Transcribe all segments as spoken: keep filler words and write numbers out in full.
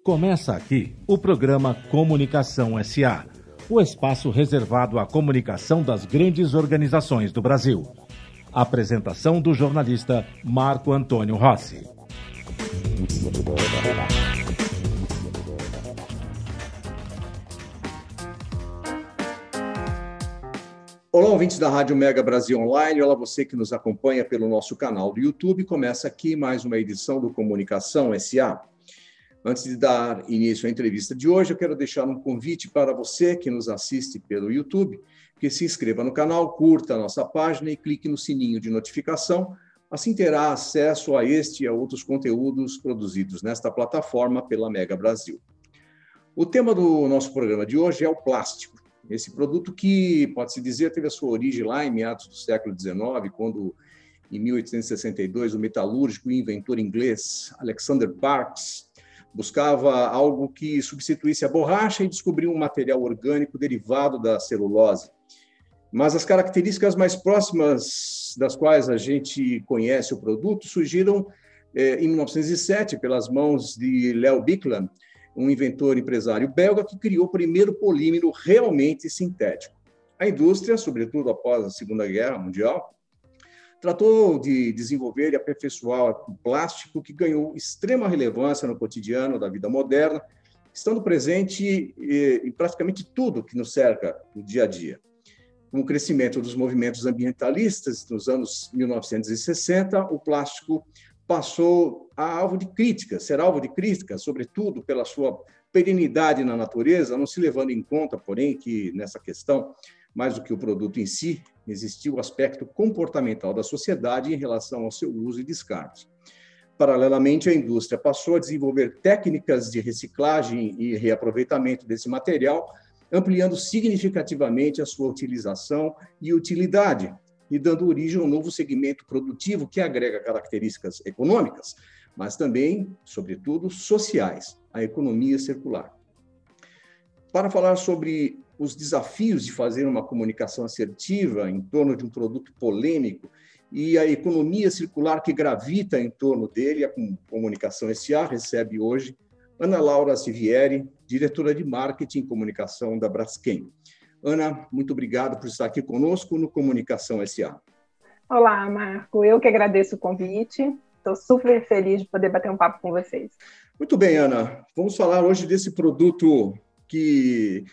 Começa aqui o programa Comunicação S A, o espaço reservado à comunicação das grandes organizações do Brasil. Apresentação do jornalista Marco Antônio Rossi. Olá, ouvintes da Rádio Mega Brasil Online. Olá, você que nos acompanha pelo nosso canal do YouTube. Começa aqui mais uma edição do Comunicação S A. Antes de dar início à entrevista de hoje, eu quero deixar um convite para você que nos assiste pelo YouTube, que se inscreva no canal, curta a nossa página e clique no sininho de notificação. Assim terá acesso a este e a outros conteúdos produzidos nesta plataforma pela Mega Brasil. O tema do nosso programa de hoje é o plástico. Esse produto que, pode-se dizer, teve a sua origem lá em meados do século dezenove, quando, em mil oitocentos e sessenta e dois, o metalúrgico e inventor inglês Alexander Parkes buscava algo que substituísse a borracha e descobriu um material orgânico derivado da celulose. Mas as características mais próximas das quais a gente conhece o produto surgiram eh, em mil novecentos e sete pelas mãos de Leo Bikland, um inventor empresário belga que criou o primeiro polímero realmente sintético. A indústria, sobretudo após a Segunda Guerra Mundial, tratou de desenvolver e aperfeiçoar o plástico que ganhou extrema relevância no cotidiano da vida moderna, estando presente em praticamente tudo que nos cerca no dia a dia. Com o crescimento dos movimentos ambientalistas nos anos mil novecentos e sessenta, o plástico passou a alvo de críticas, ser alvo de críticas, sobretudo pela sua perenidade na natureza, não se levando em conta, porém, que nessa questão, mais do que o produto em si, existiu o aspecto comportamental da sociedade em relação ao seu uso e descarte. Paralelamente, a indústria passou a desenvolver técnicas de reciclagem e reaproveitamento desse material, ampliando significativamente a sua utilização e utilidade, e dando origem a um novo segmento produtivo que agrega características econômicas, mas também, sobretudo, sociais, a economia circular. Para falar sobre os desafios de fazer uma comunicação assertiva em torno de um produto polêmico e a economia circular que gravita em torno dele, a Comunicação S A recebe hoje Ana Laura Sivieri, diretora de Marketing e Comunicação da Braskem. Ana, muito obrigado por estar aqui conosco no Comunicação S A. Olá, Marco. Eu que agradeço o convite. Estou super feliz de poder bater um papo com vocês. Muito bem, Ana. Vamos falar hoje desse produto que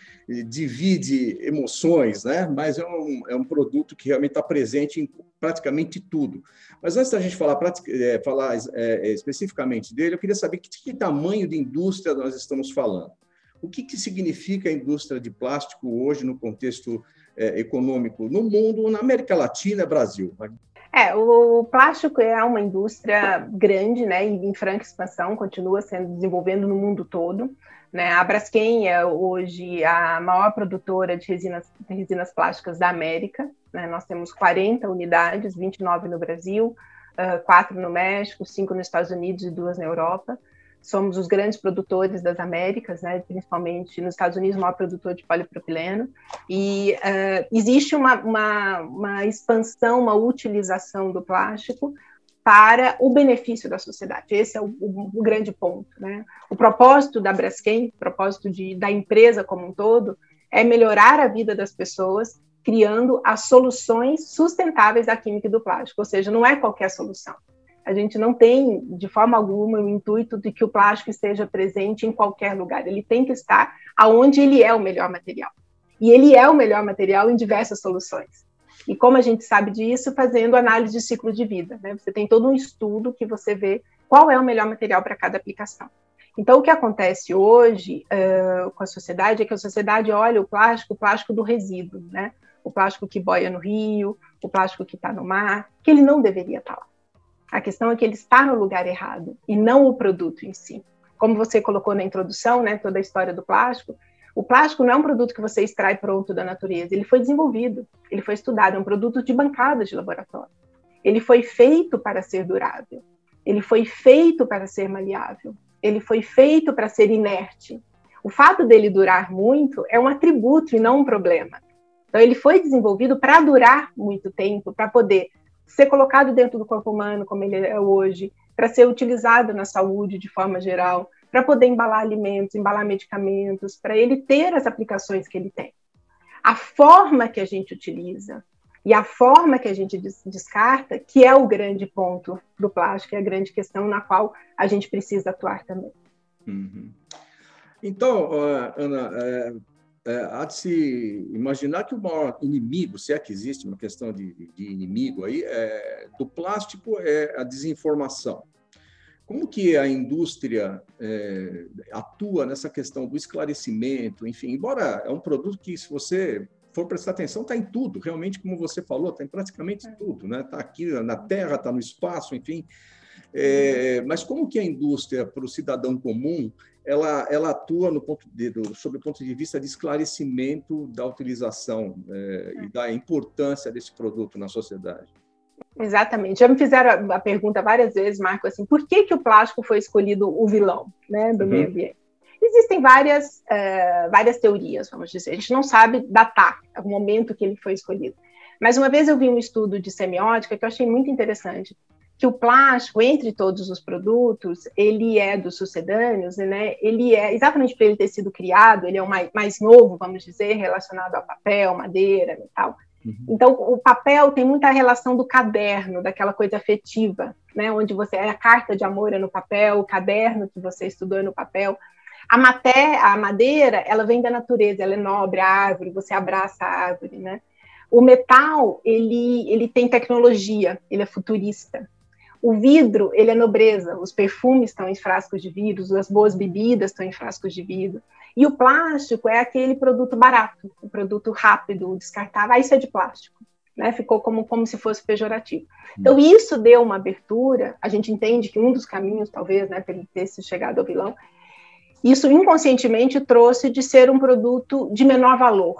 divide emoções, né? Mas é um, é um produto que realmente está presente em praticamente tudo. Mas antes da gente falar, é, falar é, especificamente dele, eu queria saber que, que tamanho de indústria nós estamos falando. O que, que significa a indústria de plástico hoje no contexto é, econômico no mundo, na América Latina e Brasil? É, o plástico é uma indústria grande, né, em franca expansão, continua sendo desenvolvendo no mundo todo. Né? A Braskem é hoje a maior produtora de resinas, resinas plásticas da América. Né? Nós temos quarenta unidades, vinte e nove no Brasil, quatro no México, cinco nos Estados Unidos e duas na Europa. Somos os grandes produtores das Américas, né? Principalmente nos Estados Unidos, o maior produtor de polipropileno. E uh, existe uma, uma, uma expansão, uma utilização do plástico para o benefício da sociedade. Esse é o, o, o grande ponto. Né? O propósito da Braskem, o propósito de, da empresa como um todo, é melhorar a vida das pessoas, criando as soluções sustentáveis da química e do plástico. Ou seja, não é qualquer solução. A gente não tem, de forma alguma, o intuito de que o plástico esteja presente em qualquer lugar. Ele tem que estar aonde ele é o melhor material. E ele é o melhor material em diversas soluções. E como a gente sabe disso? Fazendo análise de ciclo de vida. Né? Você tem todo um estudo que você vê qual é o melhor material para cada aplicação. Então, o que acontece hoje uh, com a sociedade é que a sociedade olha o plástico, o plástico do resíduo, né? O plástico que boia no rio, o plástico que está no mar, que ele não deveria estar lá. A questão é que ele está no lugar errado e não o produto em si. Como você colocou na introdução, né, toda a história do plástico, o plástico não é um produto que você extrai pronto da natureza, ele foi desenvolvido, ele foi estudado, é um produto de bancada de laboratório. Ele foi feito para ser durável, ele foi feito para ser maleável, ele foi feito para ser inerte. O fato dele durar muito é um atributo e não um problema. Então, ele foi desenvolvido para durar muito tempo, para poder ser colocado dentro do corpo humano, como ele é hoje, para ser utilizado na saúde de forma geral, para poder embalar alimentos, embalar medicamentos, para ele ter as aplicações que ele tem. A forma que a gente utiliza e a forma que a gente descarta, que é o grande ponto do plástico, é a grande questão na qual a gente precisa atuar também. Uhum. Então, Ana, é, é, há de se imaginar que o maior inimigo, se é que existe uma questão de, de inimigo aí, é, do plástico é a desinformação. Como que a indústria é, atua nessa questão do esclarecimento, enfim, embora é um produto que, se você for prestar atenção, está em tudo, realmente, como você falou, está em praticamente tudo, né? Está aqui na Terra, está no espaço, enfim. É, mas como que a indústria, para o cidadão comum, ela, ela atua no ponto de, do, sob o ponto de vista de esclarecimento da utilização é, e da importância desse produto na sociedade? Exatamente. Já me fizeram a pergunta várias vezes, Marco, assim, por que, que o plástico foi escolhido o vilão, né, do uhum. meio ambiente? Existem várias, uh, várias teorias, vamos dizer. A gente não sabe datar o momento que ele foi escolhido. Mas uma vez eu vi um estudo de semiótica que eu achei muito interessante, que o plástico, entre todos os produtos, ele é dos sucedâneos, né? Ele é, exatamente por ele ter sido criado, ele é o mais, mais novo, vamos dizer, relacionado a papel, madeira, metal. Uhum. Então, o papel tem muita relação do caderno, daquela coisa afetiva, né? Onde você, a carta de amor é no papel, o caderno que você estudou é no papel. A, maté, a madeira, ela vem da natureza, ela é nobre, a árvore, você abraça a árvore, né? O metal, ele, ele tem tecnologia, ele é futurista. O vidro, ele é nobreza, os perfumes estão em frascos de vidro, as boas bebidas estão em frascos de vidro. E o plástico é aquele produto barato, o produto rápido, descartável. Ah, isso é de plástico, né? Ficou como, como se fosse pejorativo. Então, isso deu uma abertura, a gente entende que um dos caminhos, talvez, né, para ele ter se chegado ao vilão, isso inconscientemente trouxe de ser um produto de menor valor,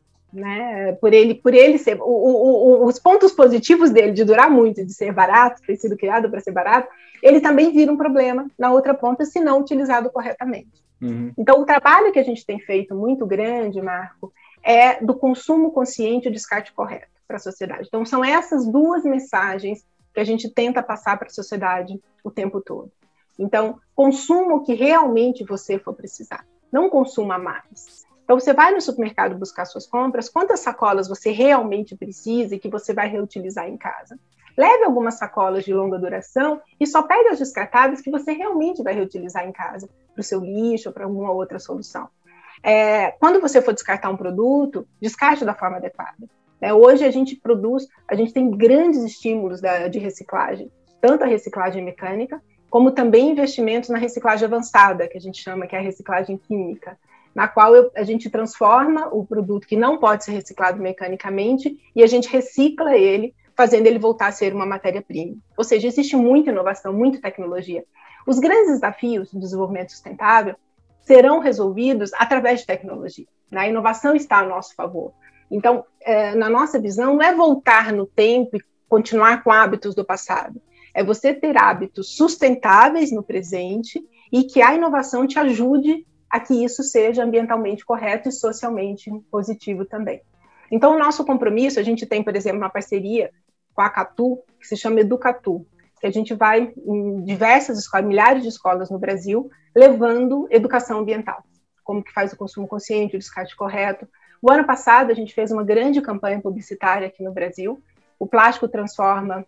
né? Por ele, por ele ser, o, o, o, os pontos positivos dele de durar muito, de ser barato, ter sido criado para ser barato, ele também vira um problema na outra ponta se não utilizado corretamente. Uhum. Então, o trabalho que a gente tem feito muito grande, Marco, é do consumo consciente e o descarte correto para a sociedade. Então, são essas duas mensagens que a gente tenta passar para a sociedade o tempo todo. Então, consuma o que realmente você for precisar, não consuma mais. Então, você vai no supermercado buscar suas compras, quantas sacolas você realmente precisa e que você vai reutilizar em casa? Leve algumas sacolas de longa duração e só pegue as descartáveis que você realmente vai reutilizar em casa, para o seu lixo ou para alguma outra solução. É, quando você for descartar um produto, descarte da forma adequada. É, hoje a gente produz, a gente tem grandes estímulos da, de reciclagem, tanto a reciclagem mecânica, como também investimentos na reciclagem avançada, que a gente chama que é a reciclagem química, na qual eu, a gente transforma o produto que não pode ser reciclado mecanicamente e a gente recicla ele, fazendo ele voltar a ser uma matéria-prima. Ou seja, existe muita inovação, muita tecnologia. Os grandes desafios do desenvolvimento sustentável serão resolvidos através de tecnologia. Né? A inovação está a nosso favor. Então, é, na nossa visão, não é voltar no tempo e continuar com hábitos do passado. É você ter hábitos sustentáveis no presente e que a inovação te ajude a que isso seja ambientalmente correto e socialmente positivo também. Então, o nosso compromisso, a gente tem, por exemplo, uma parceria com a Catu, que se chama Educatu, que a gente vai em diversas escolas, milhares de escolas no Brasil, levando educação ambiental, como que faz o consumo consciente, o descarte correto. O ano passado, a gente fez uma grande campanha publicitária aqui no Brasil, o plástico transforma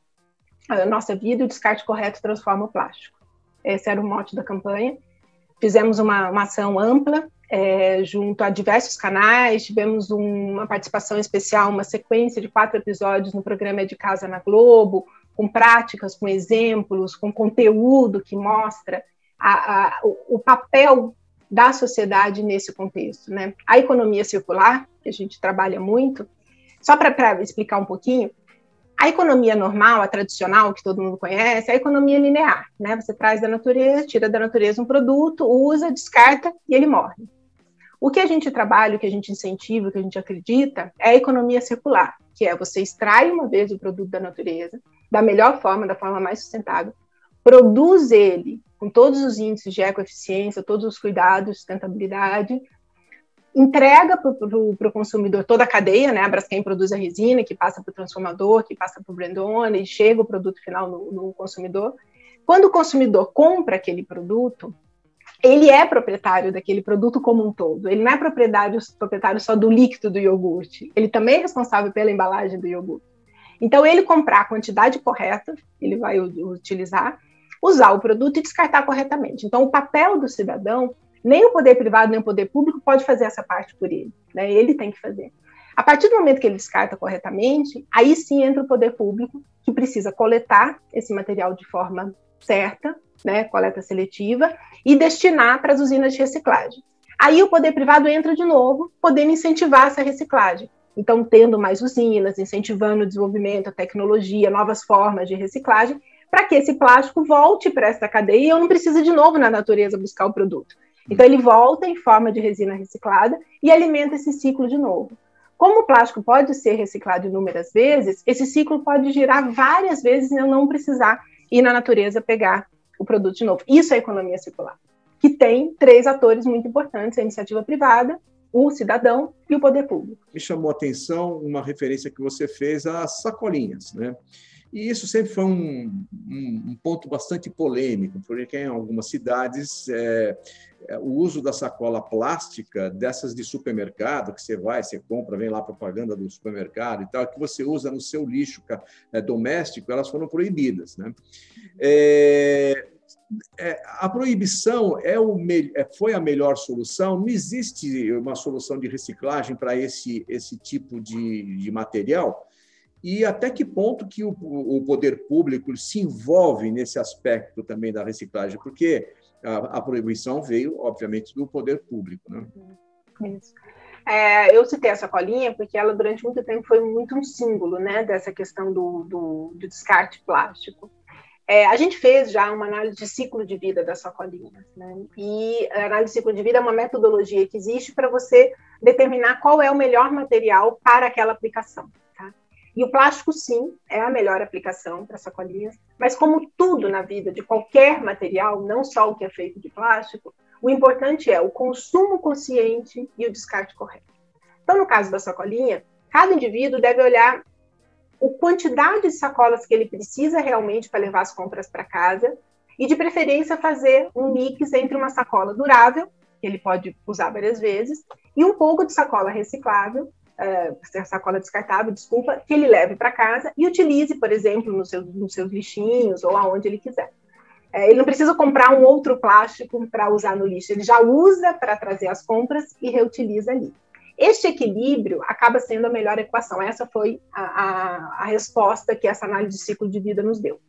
a nossa vida e o descarte correto transforma o plástico. Esse era o mote da campanha. Fizemos uma, uma ação ampla, é, junto a diversos canais, tivemos um, uma participação especial, uma sequência de quatro episódios no programa É de Casa na Globo, com práticas, com exemplos, com conteúdo que mostra a, a, o, o papel da sociedade nesse contexto, né? A economia circular, que a gente trabalha muito, só para explicar um pouquinho, a economia normal, a tradicional, que todo mundo conhece, é a economia linear, né? Você traz da natureza, tira da natureza um produto, usa, descarta e ele morre. O que a gente trabalha, o que a gente incentiva, o que a gente acredita, é a economia circular, que é você extrai uma vez o produto da natureza, da melhor forma, da forma mais sustentável, produz ele com todos os índices de ecoeficiência, todos os cuidados, sustentabilidade, entrega para o consumidor toda a cadeia, né? A Braskem produz a resina, que passa para o transformador, que passa para o brand owner, e chega o produto final no, no consumidor. Quando o consumidor compra aquele produto, ele é proprietário daquele produto como um todo. Ele não é proprietário, proprietário só do líquido do iogurte. Ele também é responsável pela embalagem do iogurte. Então, ele comprar a quantidade correta, ele vai utilizar, usar o produto e descartar corretamente. Então, o papel do cidadão, nem o poder privado, nem o poder público pode fazer essa parte por ele, né? Ele tem que fazer. A partir do momento que ele descarta corretamente, aí sim entra o poder público, que precisa coletar esse material de forma certa, né, coleta seletiva, e destinar para as usinas de reciclagem. Aí o poder privado entra de novo, podendo incentivar essa reciclagem. Então, tendo mais usinas, incentivando o desenvolvimento, a tecnologia, novas formas de reciclagem, para que esse plástico volte para essa cadeia e eu não precise de novo na natureza buscar o produto. Então, ele volta em forma de resina reciclada e alimenta esse ciclo de novo. Como o plástico pode ser reciclado inúmeras vezes, esse ciclo pode girar várias vezes e eu não precisar ir na natureza pegar o produto de novo. Isso é economia circular, que tem três atores muito importantes, a iniciativa privada, o cidadão e o poder público. Me chamou a atenção uma referência que você fez às sacolinhas, né? E isso sempre foi um, um, um ponto bastante polêmico, porque em algumas cidades é, o uso da sacola plástica, dessas de supermercado, que você vai, você compra, vem lá a propaganda do supermercado e tal, que você usa no seu lixo é, doméstico, elas foram proibidas, né? É, é, a proibição é o me, é, foi a melhor solução? Não existe uma solução de reciclagem para esse, esse tipo de, de material? E até que ponto que o, o poder público se envolve nesse aspecto também da reciclagem? Porque a, a proibição veio, obviamente, do poder público, né? Isso. É, eu citei a sacolinha porque ela, durante muito tempo, foi muito um símbolo, né, dessa questão do, do, do descarte plástico. É, a gente fez já uma análise de ciclo de vida das sacolinhas, né? E a análise de ciclo de vida é uma metodologia que existe para você determinar qual é o melhor material para aquela aplicação. E o plástico, sim, é a melhor aplicação para sacolinhas, mas como tudo na vida de qualquer material, não só o que é feito de plástico, o importante é o consumo consciente e o descarte correto. Então, no caso da sacolinha, cada indivíduo deve olhar a quantidade de sacolas que ele precisa realmente para levar as compras para casa e, de preferência, fazer um mix entre uma sacola durável, que ele pode usar várias vezes, e um pouco de sacola reciclável, Uh, sacola descartável, desculpa, que ele leve para casa e utilize, por exemplo, no seu, nos seus lixinhos ou aonde ele quiser. Uh, ele não precisa comprar um outro plástico para usar no lixo, ele já usa para trazer as compras e reutiliza ali. Este equilíbrio acaba sendo a melhor equação. Essa foi a, a, a resposta que essa análise de ciclo de vida nos deu.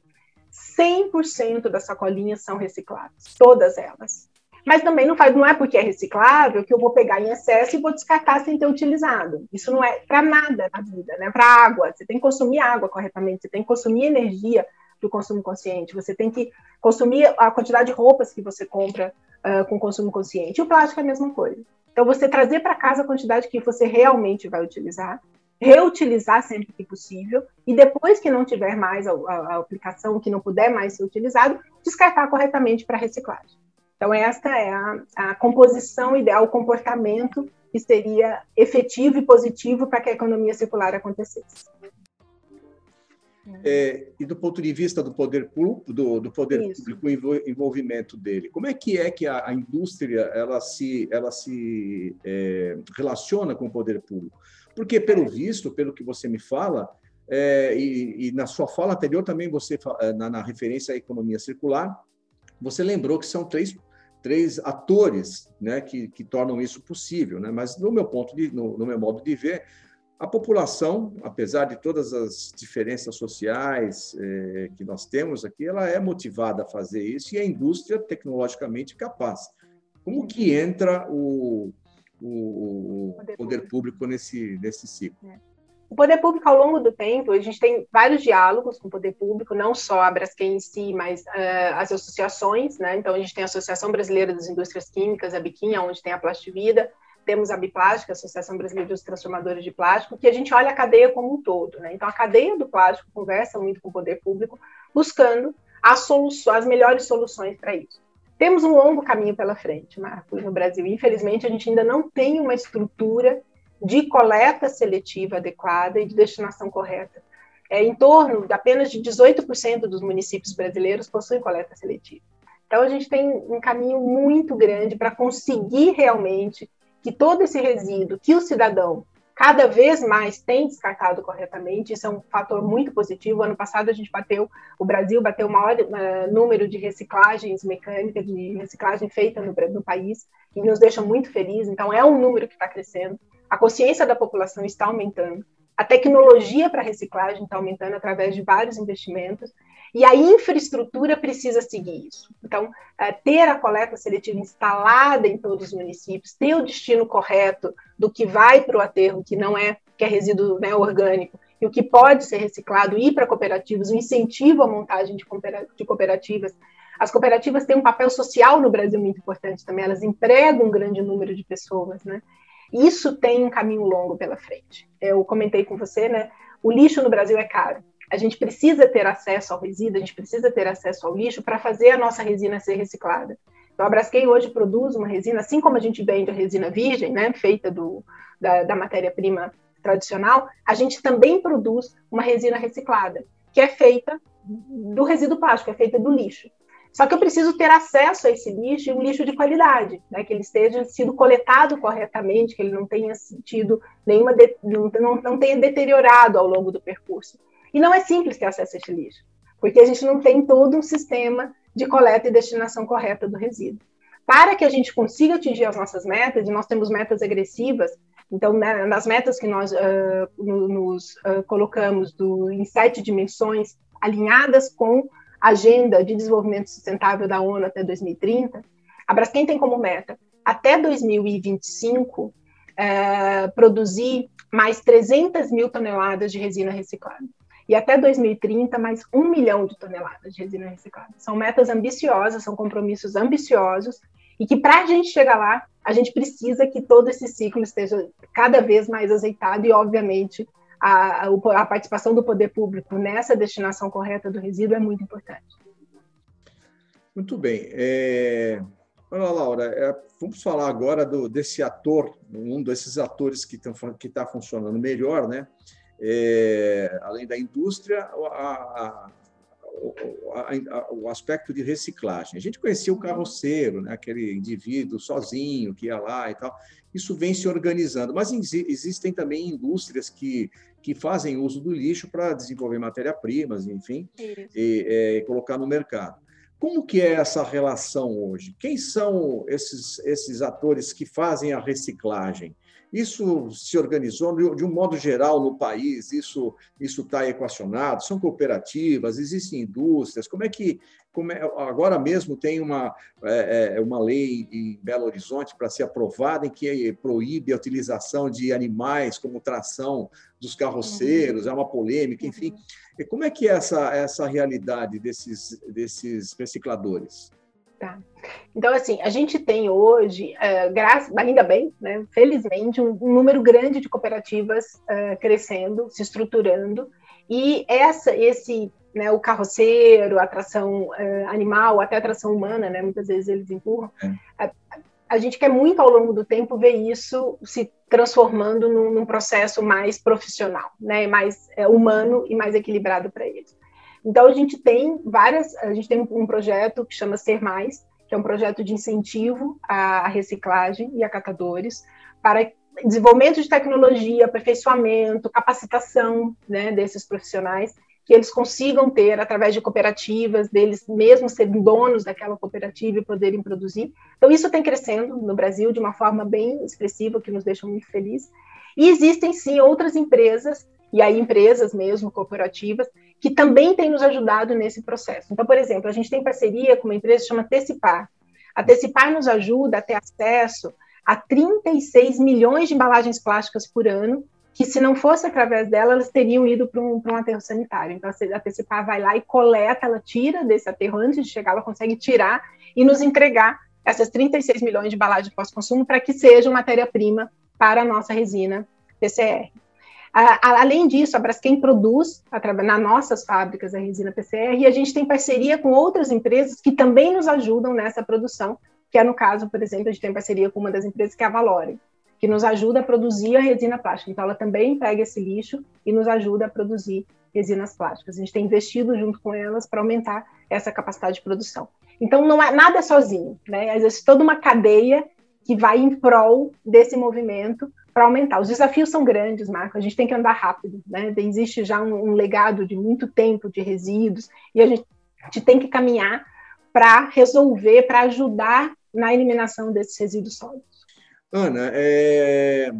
cem por cento das sacolinhas são recicláveis, todas elas. Mas também não, faz, não é porque é reciclável que eu vou pegar em excesso e vou descartar sem ter utilizado. Isso não é para nada na vida, né? Para água. Você tem que consumir água corretamente, você tem que consumir energia do consumo consciente, você tem que consumir a quantidade de roupas que você compra uh, com consumo consciente. E o plástico é a mesma coisa. Então, você trazer para casa a quantidade que você realmente vai utilizar, reutilizar sempre que possível, e depois que não tiver mais a, a, a aplicação, que não puder mais ser utilizado, descartar corretamente para reciclagem. Então, esta é a, a composição ideal, o comportamento que seria efetivo e positivo para que a economia circular acontecesse. É, e do ponto de vista do poder público, do, do poder Isso. público, o envolvimento dele, como é que é que a, a indústria ela se, ela se é, relaciona com o poder público? Porque, pelo visto, pelo que você me fala, é, e, e na sua fala anterior também, você na, na referência à economia circular, você lembrou que são três três atores, né, que, que tornam isso possível, né? Mas no meu ponto de, no, no meu modo de ver, a população, apesar de todas as diferenças sociais eh, que nós temos aqui, ela é motivada a fazer isso e a indústria tecnologicamente capaz. Como que entra o, o, o poder, poder público, público nesse, nesse ciclo? É. O poder público, ao longo do tempo, a gente tem vários diálogos com o poder público, não só a Braskem em si, mas uh, as associações, né? Então, a gente tem a Associação Brasileira das Indústrias Químicas, a Biquinha, onde tem a Plastivida, temos a Biplástica, a Associação Brasileira dos Transformadores de Plástico, que a gente olha a cadeia como um todo, né? Então, a cadeia do plástico conversa muito com o poder público, buscando as, soluções, as melhores soluções para isso. Temos um longo caminho pela frente, Marcos, no Brasil. Infelizmente, a gente ainda não tem uma estrutura de coleta seletiva adequada e de destinação correta. É, em torno de apenas de dezoito por cento dos municípios brasileiros possuem coleta seletiva. Então, a gente tem um caminho muito grande para conseguir realmente que todo esse resíduo que o cidadão cada vez mais tem descartado corretamente, isso é um fator muito positivo. Ano passado a gente bateu, o Brasil bateu o maior uh, número de reciclagens mecânicas, de reciclagem feita no, no país, e nos deixa muito felizes. Então é um número que está crescendo, a consciência da população está aumentando, a tecnologia para reciclagem está aumentando através de vários investimentos, e a infraestrutura precisa seguir isso. Então, ter a coleta seletiva instalada em todos os municípios, ter o destino correto do que vai para o aterro, que não é, que é resíduo, né, orgânico, e o que pode ser reciclado, ir para cooperativas, o incentivo à montagem de cooperativas. As cooperativas têm um papel social no Brasil muito importante também, elas empregam um grande número de pessoas, né? Isso tem um caminho longo pela frente. Eu comentei com você, né? O lixo no Brasil é caro. A gente precisa ter acesso ao resíduo, a gente precisa ter acesso ao lixo para fazer a nossa resina ser reciclada. Então, a Braskem hoje produz uma resina, assim como a gente vende a resina virgem, né, feita do, da, da matéria-prima tradicional, a gente também produz uma resina reciclada, que é feita do resíduo plástico, é feita do lixo. Só que eu preciso ter acesso a esse lixo, e um lixo de qualidade, né, que ele esteja sido coletado corretamente, que ele não tenha tido nenhuma, de, não, não, não tenha deteriorado ao longo do percurso. E não é simples ter acesso a esse lixo, porque a gente não tem todo um sistema de coleta e destinação correta do resíduo. Para que a gente consiga atingir as nossas metas, e nós temos metas agressivas, então, né, nas metas que nós uh, nos uh, colocamos do, em sete dimensões, alinhadas com a Agenda de Desenvolvimento Sustentável da ONU até dois mil e trinta, a Braskem tem como meta, até dois mil e vinte e cinco, uh, produzir mais trezentas mil toneladas de resina reciclada. E até dois mil e trinta, mais um milhão de toneladas de resina reciclada. São metas ambiciosas, são compromissos ambiciosos, e que para a gente chegar lá, a gente precisa que todo esse ciclo esteja cada vez mais azeitado, e, obviamente, a, a participação do poder público nessa destinação correta do resíduo é muito importante. Muito bem. É... Olha, Laura, é... vamos falar agora do, desse ator, um desses atores que está que tá funcionando melhor, né? É, além da indústria, a, a, a, a, o aspecto de reciclagem. A gente conhecia o carroceiro, né, aquele indivíduo sozinho que ia lá e tal. Isso vem se organizando, mas existem também indústrias que, que fazem uso do lixo para desenvolver matéria-primas, enfim, e, é, colocar no mercado. Como que é essa relação hoje? Quem são esses, esses atores que fazem a reciclagem? Isso se organizou de um modo geral no país? Isso isso está equacionado? São cooperativas? Existem indústrias? Como é que como é, agora mesmo tem uma é, uma lei em Belo Horizonte para ser aprovada em que proíbe a utilização de animais como tração dos carroceiros? Uhum. É uma polêmica, enfim. E como é que é essa essa realidade desses desses recicladores? Tá. Então, assim, a gente tem hoje, uh, graças, ainda bem, né, felizmente, um, um número grande de cooperativas uh, crescendo, se estruturando, e essa, esse, né, o carroceiro, a tração uh, animal, até a tração humana, né, muitas vezes eles empurram, é. a, a gente quer muito, ao longo do tempo, ver isso se transformando num, num processo mais profissional, né, mais uh, humano e mais equilibrado para eles. Então, a gente tem várias, a gente tem um projeto que chama Ser Mais, que é um projeto de incentivo à reciclagem e a catadores, para desenvolvimento de tecnologia, aperfeiçoamento, capacitação, né, desses profissionais, que eles consigam ter, através de cooperativas, deles mesmos serem donos daquela cooperativa e poderem produzir. Então, isso tem crescendo no Brasil de uma forma bem expressiva, que nos deixa muito felizes. E existem, sim, outras empresas, e aí empresas mesmo, corporativas, que também têm nos ajudado nesse processo. Então, por exemplo, a gente tem parceria com uma empresa que chama Tecipar. A Tecipar nos ajuda a ter acesso a trinta e seis milhões de embalagens plásticas por ano, que se não fosse através dela, elas teriam ido para um, para um aterro sanitário. Então, a Tecipar vai lá e coleta, ela tira desse aterro, antes de chegar, ela consegue tirar e nos entregar essas trinta e seis milhões de embalagens pós-consumo para que sejam matéria-prima para a nossa resina P C R. Além disso, a Braskem produz, nas nossas fábricas, a resina P C R, e a gente tem parceria com outras empresas que também nos ajudam nessa produção, que é no caso, por exemplo, a gente tem parceria com uma das empresas que é a Valore, que nos ajuda a produzir a resina plástica. Então, ela também pega esse lixo e nos ajuda a produzir resinas plásticas. A gente tem investido junto com elas para aumentar essa capacidade de produção. Então, não é nada sozinho, né? Existe toda uma cadeia que vai em prol desse movimento para aumentar. Os desafios são grandes, Marco, a gente tem que andar rápido, né? Existe já um, um legado de muito tempo de resíduos e a gente, a gente tem que caminhar para resolver, para ajudar na eliminação desses resíduos sólidos. Ana, é...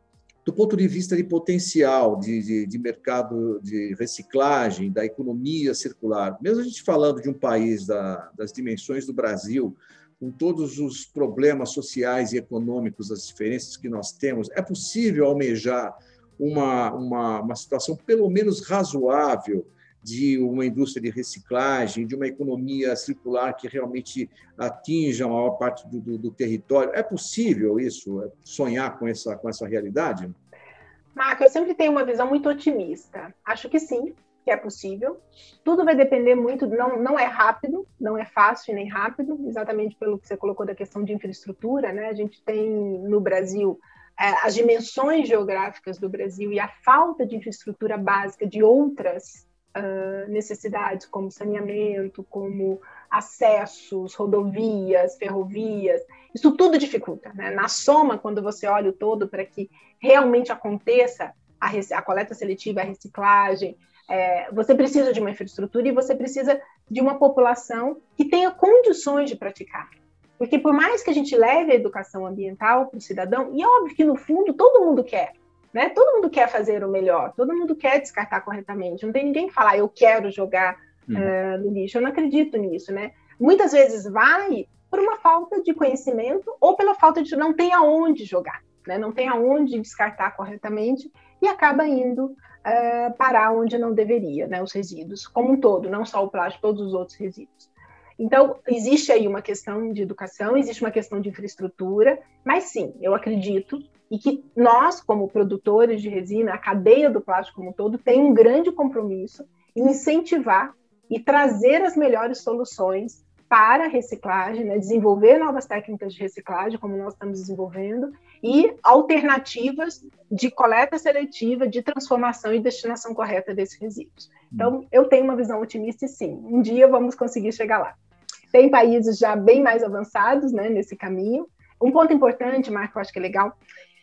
do ponto de vista de potencial de, de, de mercado de reciclagem, da economia circular, mesmo a gente falando de um país da, das dimensões do Brasil, com todos os problemas sociais e econômicos, as diferenças que nós temos, é possível almejar uma, uma, uma situação pelo menos razoável de uma indústria de reciclagem, de uma economia circular que realmente atinja a maior parte do, do, do território? É possível isso, sonhar com essa, com essa realidade? Marco, eu sempre tenho uma visão muito otimista. Acho que sim, que é possível. Tudo vai depender muito, não, não é rápido, não é fácil nem rápido, exatamente pelo que você colocou da questão de infraestrutura, né? A gente tem no Brasil é, as dimensões geográficas do Brasil e a falta de infraestrutura básica de outras Uh, necessidades, como saneamento, como acessos, rodovias, ferrovias, isso tudo dificulta, né? Na soma, quando você olha o todo para que realmente aconteça a, a coleta seletiva, a reciclagem, é, você precisa de uma infraestrutura e você precisa de uma população que tenha condições de praticar. Porque por mais que a gente leve a educação ambiental para o cidadão, e é óbvio que no fundo todo mundo quer, né? Todo mundo quer fazer o melhor, todo mundo quer descartar corretamente. Não tem ninguém que fala, eu quero jogar uhum. uh, no lixo. Eu não acredito nisso, né? Muitas vezes vai por uma falta de conhecimento ou pela falta de não tem aonde jogar, né? Não tem aonde descartar corretamente e acaba indo uh, parar onde não deveria, né? Os resíduos, como um todo, não só o plástico, todos os outros resíduos. Então, existe aí uma questão de educação, existe uma questão de infraestrutura, mas sim, eu acredito e que nós, como produtores de resina, a cadeia do plástico como um todo, tem um grande compromisso em incentivar e trazer as melhores soluções para a reciclagem, né? Desenvolver novas técnicas de reciclagem, como nós estamos desenvolvendo, e alternativas de coleta seletiva, de transformação e destinação correta desses resíduos. Então, eu tenho uma visão otimista e sim, um dia vamos conseguir chegar lá. Tem países já bem mais avançados, né, nesse caminho. Um ponto importante, Marco, eu acho que é legal,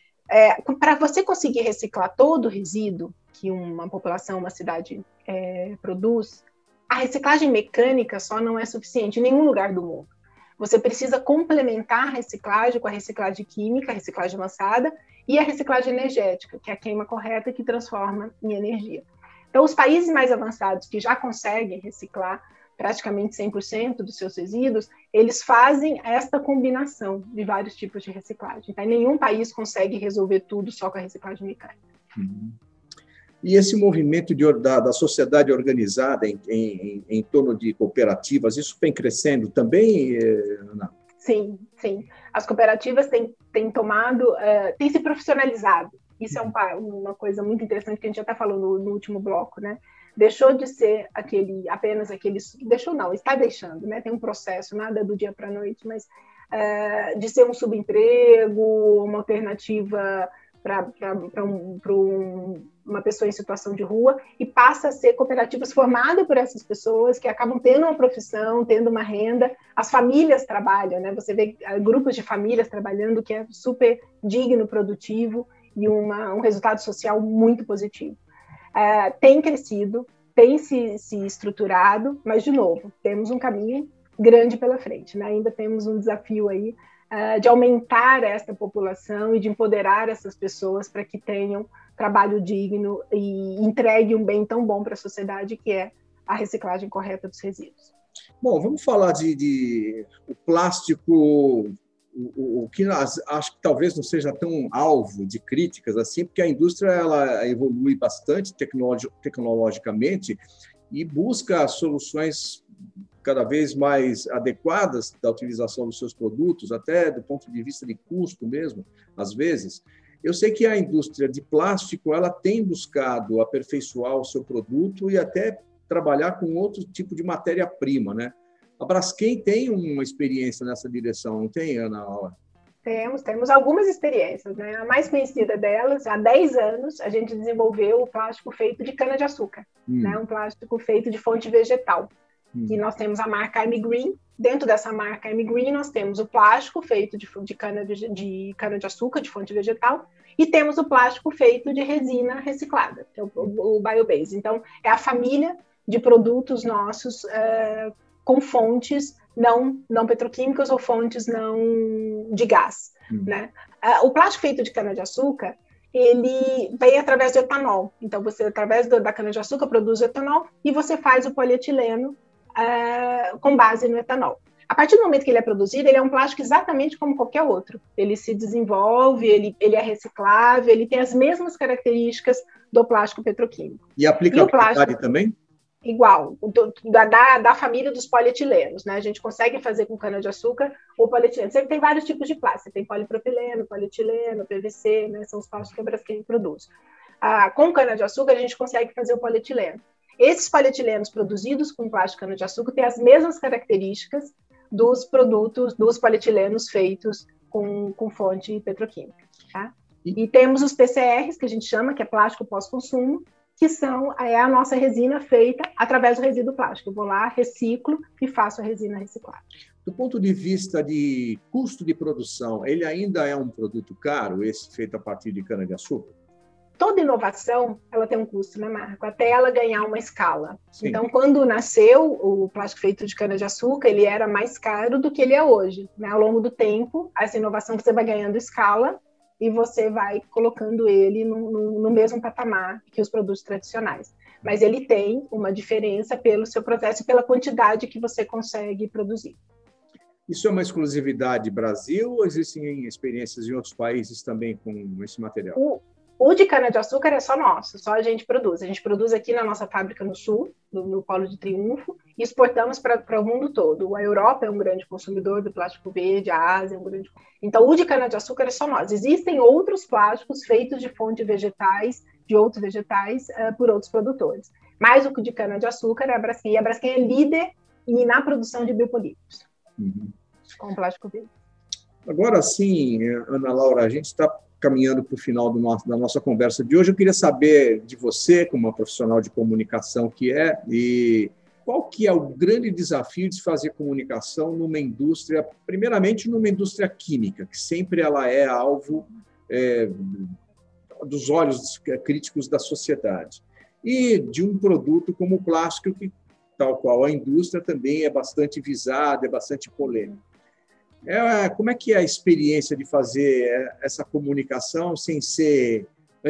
é, para você conseguir reciclar todo o resíduo que uma população, uma cidade é, produz, a reciclagem mecânica só não é suficiente em nenhum lugar do mundo. Você precisa complementar a reciclagem com a reciclagem química, a reciclagem avançada, e a reciclagem energética, que é a queima correta que transforma em energia. Então, os países mais avançados que já conseguem reciclar praticamente cem por cento dos seus resíduos, eles fazem esta combinação de vários tipos de reciclagem. Então, nenhum país consegue resolver tudo só com a reciclagem mecânica. Uhum. E esse movimento de, da, da sociedade organizada em, em, em torno de cooperativas, isso vem crescendo também, Ana? Sim, sim. As cooperativas têm, têm tomado, uh, têm se profissionalizado. Isso é um, uma coisa muito interessante que a gente já até falou no, no último bloco, né? Deixou de ser aquele, apenas aquele... Deixou não, está deixando, né? Tem um processo, nada do dia para a noite, mas uh, de ser um subemprego, uma alternativa para um, um, uma pessoa em situação de rua, e passa a ser cooperativas formadas por essas pessoas que acabam tendo uma profissão, tendo uma renda. As famílias trabalham, né? Você vê uh, grupos de famílias trabalhando, que é super digno, produtivo, e uma, um resultado social muito positivo. Uh, tem crescido, tem se, se estruturado, mas, de novo, temos um caminho grande pela frente, né? Ainda temos um desafio aí uh, de aumentar essa população e de empoderar essas pessoas para que tenham trabalho digno e entregue um bem tão bom para a sociedade, que é a reciclagem correta dos resíduos. Bom, vamos falar de, de o plástico... O, o que acho que talvez não seja tão alvo de críticas assim, porque a indústria ela evolui bastante tecnologi- tecnologicamente e busca soluções cada vez mais adequadas da utilização dos seus produtos, até do ponto de vista de custo mesmo, às vezes. Eu sei que a indústria de plástico ela tem buscado aperfeiçoar o seu produto e até trabalhar com outro tipo de matéria-prima, né? A Braskem tem uma experiência nessa direção, não tem, Ana? Temos, temos algumas experiências, né? A mais conhecida delas, há dez anos, a gente desenvolveu o plástico feito de cana-de-açúcar, hum. né? Um plástico feito de fonte vegetal. hum. que nós temos a marca I'm Green. Dentro dessa marca I'm Green, nós temos o plástico feito de, de cana de, de cana-de-açúcar, de fonte vegetal, e temos o plástico feito de resina reciclada, que é o, o, o biobase. Então, é a família de produtos nossos uh, com fontes não, não petroquímicas ou fontes não de gás. Hum. Né? Uh, o plástico feito de cana-de-açúcar, ele vem através do etanol. Então, você, através do, da cana-de-açúcar, produz o etanol e você faz o polietileno uh, com base no etanol. A partir do momento que ele é produzido, ele é um plástico exatamente como qualquer outro. Ele se desenvolve, ele, ele é reciclável, ele tem as mesmas características do plástico petroquímico. E a aplicabilidade também? Igual, do, da, da família dos polietilenos, né? A gente consegue fazer com cana-de-açúcar ou polietileno. Você tem vários tipos de plástico, você tem polipropileno, polietileno, P V C, né? São os plásticos que a Braskem produz. Ah, com cana-de-açúcar, a gente consegue fazer o polietileno. Esses polietilenos produzidos com plástico cana-de-açúcar têm as mesmas características dos produtos, dos polietilenos feitos com, com fonte petroquímica. Tá? E temos os P C Rs, que a gente chama, que é plástico pós-consumo, que são é a nossa resina feita através do resíduo plástico. Eu vou lá, reciclo e faço a resina reciclada. Do ponto de vista de custo de produção, ele ainda é um produto caro, esse feito a partir de cana-de-açúcar? Toda inovação, ela tem um custo, né, Marco? Até ela ganhar uma escala. Sim. Então, quando nasceu o plástico feito de cana-de-açúcar, ele era mais caro do que ele é hoje. Né? Ao longo do tempo, essa inovação você vai ganhando escala e você vai colocando ele no, no, no mesmo patamar que os produtos tradicionais. Mas ele tem uma diferença pelo seu processo e pela quantidade que você consegue produzir. Isso é uma exclusividade Brasil ou existem experiências em outros países também com esse material? O, o de cana-de-açúcar é só nosso, só a gente produz. A gente produz aqui na nossa fábrica no sul, no, no Polo de Triunfo, e exportamos para o mundo todo. A Europa é um grande consumidor do plástico verde, a Ásia é um grande... Então, o de cana-de-açúcar é só nós. Existem outros plásticos feitos de fontes vegetais, de outros vegetais, uh, por outros produtores. Mas o de cana-de-açúcar é a Braskem, e a Braskem é líder na produção de biopolímeros, uhum. com plástico verde. Agora sim, Ana Laura, a gente está caminhando para o final do nosso, da nossa conversa de hoje. Eu queria saber de você, como uma profissional de comunicação que é, e qual que é o grande desafio de fazer comunicação numa indústria, primeiramente numa indústria química, que sempre ela é alvo é, dos olhos críticos da sociedade, e de um produto como o plástico, que, tal qual a indústria, também é bastante visado, é bastante polêmico. É, como é que é a experiência de fazer essa comunicação sem ser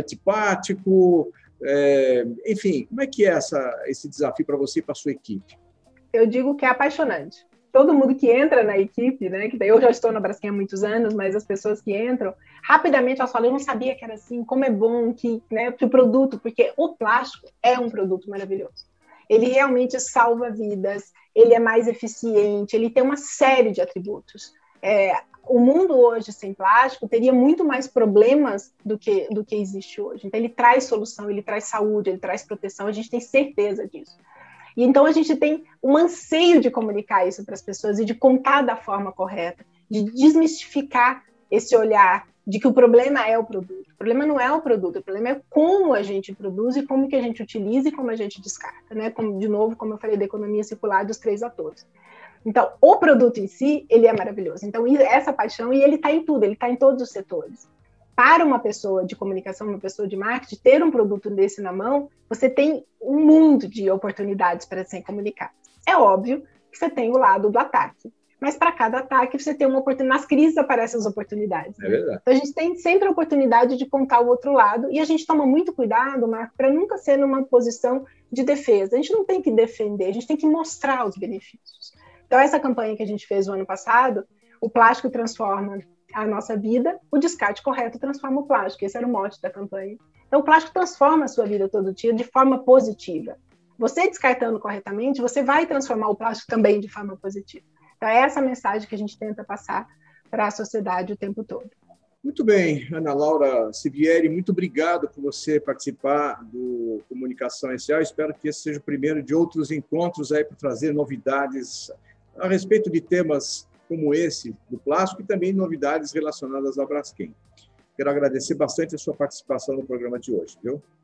antipático? É, enfim, como é que é essa, esse desafio para você e para a sua equipe? Eu digo que é apaixonante. Todo mundo que entra na equipe, né, que daí eu já estou na Braskem há muitos anos, mas as pessoas que entram, rapidamente elas falam, eu não sabia que era assim, como é bom que, né, que o produto, porque o plástico é um produto maravilhoso. Ele realmente salva vidas, ele é mais eficiente, ele tem uma série de atributos. É, o mundo hoje sem plástico teria muito mais problemas do que, do que existe hoje. Então, ele traz solução, ele traz saúde, ele traz proteção, a gente tem certeza disso. E então, a gente tem um anseio de comunicar isso para as pessoas e de contar da forma correta, de desmistificar esse olhar de que o problema é o produto. O problema não é o produto, o problema é como a gente produz e como que a gente utiliza e como a gente descarta. Né? Como, de novo, como eu falei, da economia circular dos três atores. Então, o produto em si, ele é maravilhoso. Então, essa paixão, e ele está em tudo, ele está em todos os setores. Para uma pessoa de comunicação, uma pessoa de marketing, ter um produto desse na mão, você tem um mundo de oportunidades para ser comunicado. É óbvio que você tem o lado do ataque, mas para cada ataque você tem uma oportunidade. Nas crises aparecem as oportunidades. Né? É verdade. Então, a gente tem sempre a oportunidade de contar o outro lado, e a gente toma muito cuidado, Marco, para nunca ser numa posição de defesa. A gente não tem que defender, a gente tem que mostrar os benefícios. Então, essa campanha que a gente fez no ano passado, o plástico transforma a nossa vida, o descarte correto transforma o plástico. Esse era o mote da campanha. Então, o plástico transforma a sua vida todo dia de forma positiva. Você descartando corretamente, você vai transformar o plástico também de forma positiva. Então, é essa mensagem que a gente tenta passar para a sociedade o tempo todo. Muito bem, Ana Laura Sivieri, muito obrigado por você participar do Comunicação S A. Espero que esse seja o primeiro de outros encontros aí para trazer novidades a respeito de temas como esse do plástico e também novidades relacionadas à Braskem. Quero agradecer bastante a sua participação no programa de hoje, viu?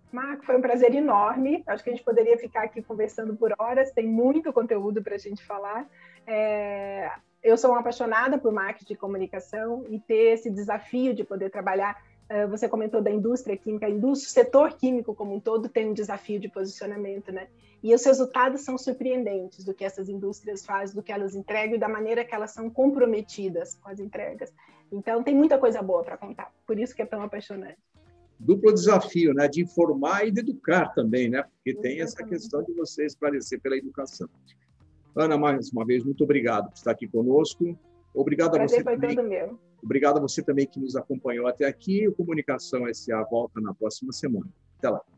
Marco, foi um prazer enorme. Acho que a gente poderia ficar aqui conversando por horas, tem muito conteúdo para a gente falar. É... Eu sou uma apaixonada por marketing de comunicação e ter esse desafio de poder trabalhar. Você comentou da indústria química, a indústria, o setor químico como um todo tem um desafio de posicionamento, né? E os resultados são surpreendentes do que essas indústrias fazem, do que elas entregam e da maneira que elas são comprometidas com as entregas. Então, tem muita coisa boa para contar, por isso que é tão apaixonante. Duplo desafio, né? De informar e de educar também, né? Porque tem essa questão de você esclarecer pela educação. Ana, mais uma vez, muito obrigado por estar aqui conosco. Obrigado a você foi também. Todo meu. Obrigado a você também que nos acompanhou até aqui. O Comunicação S A volta na próxima semana. Até lá.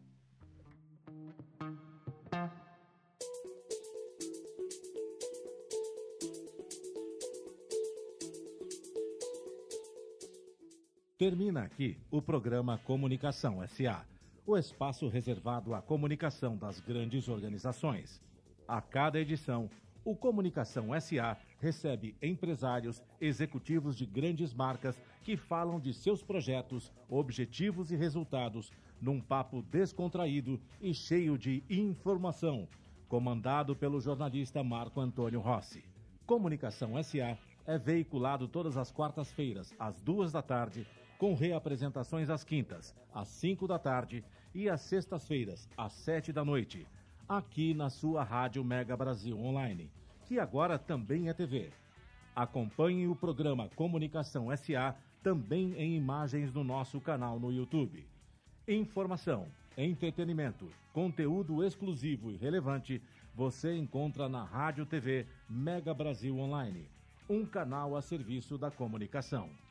Termina aqui o programa Comunicação S A, o espaço reservado à comunicação das grandes organizações. A cada edição, o Comunicação S A recebe empresários, executivos de grandes marcas que falam de seus projetos, objetivos e resultados num papo descontraído e cheio de informação, comandado pelo jornalista Marco Antônio Rossi. Comunicação S A é veiculado todas as quartas-feiras, às duas da tarde, com reapresentações às quintas, às cinco da tarde e às sextas-feiras, às sete da noite, aqui na sua Rádio Mega Brasil Online, que agora também é T V. Acompanhe o programa Comunicação S A também em imagens no nosso canal no YouTube. Informação, entretenimento, conteúdo exclusivo e relevante você encontra na Rádio T V Mega Brasil Online, um canal a serviço da comunicação.